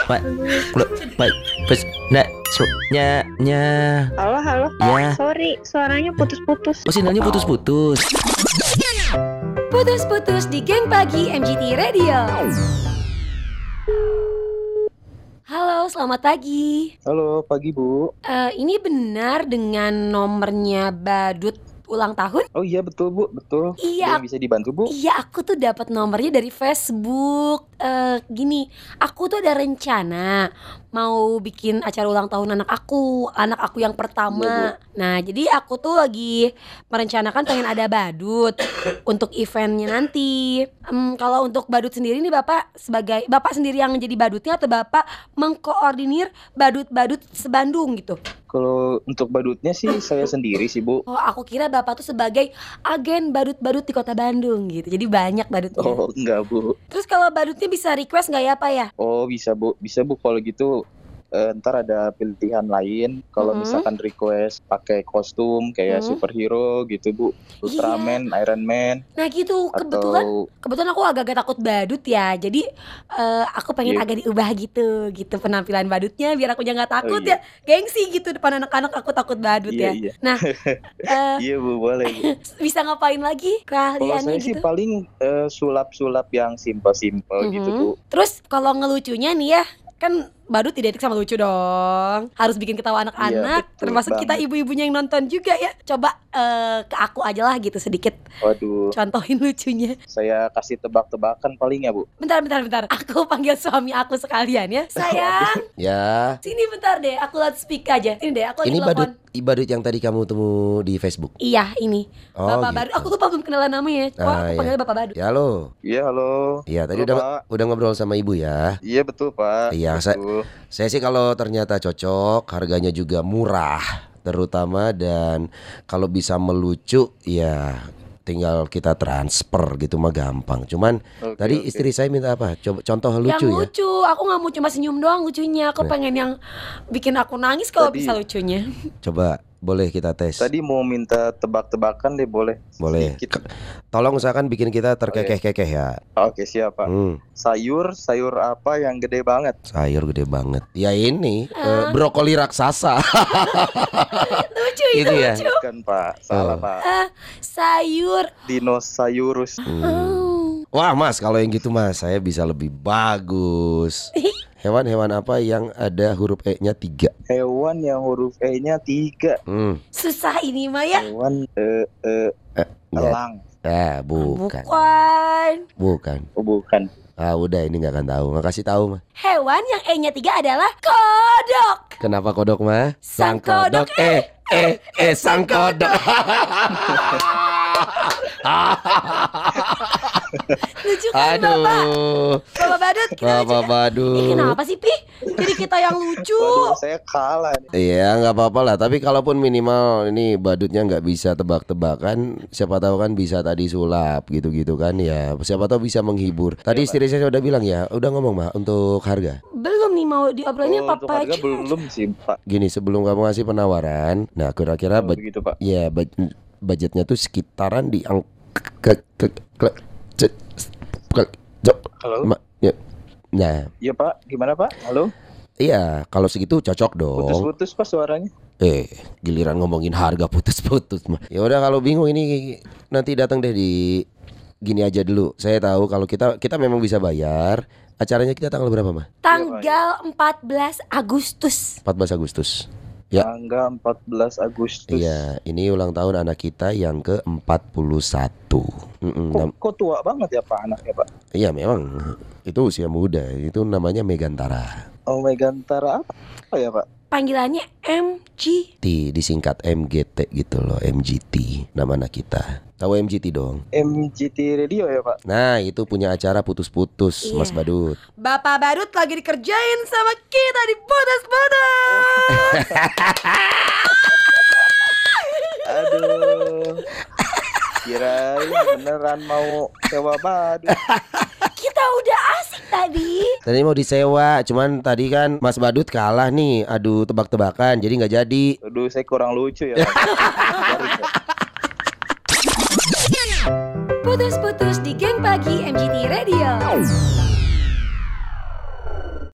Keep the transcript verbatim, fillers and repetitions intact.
Pak, Pak, Pak, Pak, nak, nya, nya. Halo, halo. Ya. Sorry, suaranya putus-putus. Oh, sinyalnya putus-putus. Putus-putus di Geng Pagi M G T Radio. Halo, selamat pagi. Halo, pagi Bu. Uh, ini benar dengan nomornya Badut ulang tahun? Oh iya betul Bu, betul. Iya. Ada yang bisa dibantu Bu? Iya, aku tuh dapat nomornya dari Facebook. Uh, gini, aku tuh ada rencana mau bikin acara ulang tahun anak aku, anak aku yang pertama. Iya, Nah, jadi aku tuh lagi merencanakan pengen ada badut untuk eventnya nanti. Um, kalau untuk badut sendiri nih Bapak sebagai Bapak sendiri yang jadi badutnya atau Bapak mengkoordinir badut-badut se-Bandung gitu? Kalau untuk badutnya sih saya sendiri sih Bu. Oh, aku kira Bapak tuh sebagai agen badut-badut di Kota Bandung gitu. Jadi banyak badutnya. Oh enggak Bu. Terus kalau badutnya bisa request nggak ya Pak ya? Oh bisa Bu, bisa Bu kalau gitu. Uh, ntar ada pilihan lain. Kalau Hmm. misalkan request pakai kostum kayak Hmm. superhero gitu Bu, Ultraman, Iron Man, Nah gitu, kebetulan atau kebetulan aku agak-agak takut badut ya. Jadi eh, aku pengen Iya. agak diubah gitu, gitu penampilan badutnya biar aku nggak takut Oh, iya. ya. Gengsi gitu depan anak-anak aku takut badut Iya, ya. iya. Nah, eh, iya Bu boleh Bu. bisa ngapain lagi Kalau keahliannya saya sih gitu? paling uh, sulap-sulap yang simpel-simpel gitu Mhm. Bu. Terus kalau ngelucunya nih ya, kan badut identik sama lucu dong. Harus bikin ketawa anak-anak, Iya, betul termasuk kita banget. ibu-ibunya yang nonton juga ya. Coba eh, ke aku aja lah gitu sedikit Waduh, contohin lucunya. saya kasih tebak-tebakan paling ya Bu. Bentar, bentar, bentar. Aku panggil suami aku sekalian ya. Sayang, Ya, sini bentar deh. Aku speak aja. Ini deh, aku lagi ini telepon. badut, badut yang tadi kamu temu di Facebook. Iya, ini. Oh, Bapak gitu. Badut. Aku lupa belum kenalan namanya. Kok Ah, aku iya. panggilnya Bapak Badut? Ya halo. Iya halo. Iya, tadi Halo, udah Pak. udah ngobrol sama ibu ya. Iya betul Pak. Iya, saya, Betul. saya sih kalau ternyata cocok, harganya juga murah, terutama dan kalau bisa melucu, ya tinggal kita transfer gitu mah gampang. Cuman Oke, tadi oke. istri saya minta apa? Coba contoh Yang lucu ya. lucu. Aku gak mau cuma senyum doang lucunya. Aku Nah. pengen yang bikin aku nangis kalau Tadi- bisa lucunya. Coba boleh kita tes. Tadi mau minta tebak-tebakan deh boleh. Boleh. Sedikit. Tolong usahakan bikin kita terkekeh-kekeh ya. Oke siap Pak. Hmm, Sayur, sayur apa yang gede banget? sayur gede banget. Ya ini eh, Ah. brokoli raksasa. Lucu itu, Itu ya? lucu. Bukan Pak, salah Oh. Pak. Ah, sayur. Dinosaurus. Hmm. Oh. Wah mas, kalau yang gitu mas, saya bisa lebih bagus. Hewan-hewan apa yang ada huruf E-nya tiga? Hewan yang huruf E-nya tiga. Hmm, Susah ini mah ya. Hewan eh eh ya. elang. Eh, bukan, Bukan. bukan. Oh bukan. Ah udah, ini nggak akan tahu, nggak kasih tahu mah. Hewan yang E-nya tiga adalah kodok. Kenapa kodok mah? Sang kodok, eh eh eh sang kodok. Lucu kan Bapak? Aduh, Bapak Badut kita lucu Bapak ya? Badut. Ih, kenapa sih Pi? Jadi kita yang lucu. Waduh, saya kalah nih. Iya nggak apa-apa lah. Tapi kalaupun minimal ini badutnya nggak bisa tebak-tebakan, siapa tahu kan bisa tadi sulap gitu-gitu kan ya. Siapa tahu bisa menghibur. Tadi istri saya udah bilang ya, udah ngomong mah untuk harga. Belum nih mau diobrolnya Oh, untuk Papa harga aja. belum sih Pak. Gini sebelum kamu ngasih penawaran, nah kira-kira Oh, bud- begitu Pak. ya bud- budgetnya tuh sekitaran di angka ke ke ke ce- ke- ce- Halo. ma- ya. Nah, Iya Pak, gimana Pak? Halo. iya kalau segitu cocok dong. Putus-putus Pak suaranya. Eh, giliran ngomongin harga putus-putus mah. Ya udah kalau bingung ini nanti datang deh di gini aja dulu. Saya tahu kalau kita kita memang bisa bayar. Acaranya kita tanggal berapa mah? Tanggal empat belas Agustus. empat belas Agustus. Ya. Tanggal empat belas Agustus. Iya, ini ulang tahun anak kita yang ke empat puluh satu. Mm-mm, Kok, nam- kok tua banget ya Pak anaknya Pak? Iya memang itu usia muda. Itu namanya Megantara. Oh Megantara apa? Oh ya Pak. Panggilannya M G. T disingkat M G T gitu loh, M G T nama anak kita. Tahu M G T dong? M G T Radio ya Pak. Nah, itu punya acara putus-putus, Iya. Mas Badut. Bapak Badut lagi dikerjain sama kita di putus-putus. Aduh. Kirain beneran mau sewa badut. Kita udah asik tadi. Tadi mau disewa, cuman tadi kan Mas Badut kalah nih, adu tebak-tebakan, jadi nggak jadi. Aduh saya kurang lucu ya Pak. Garing, Pak. Putus-putus di Geng Pagi M G T Radio.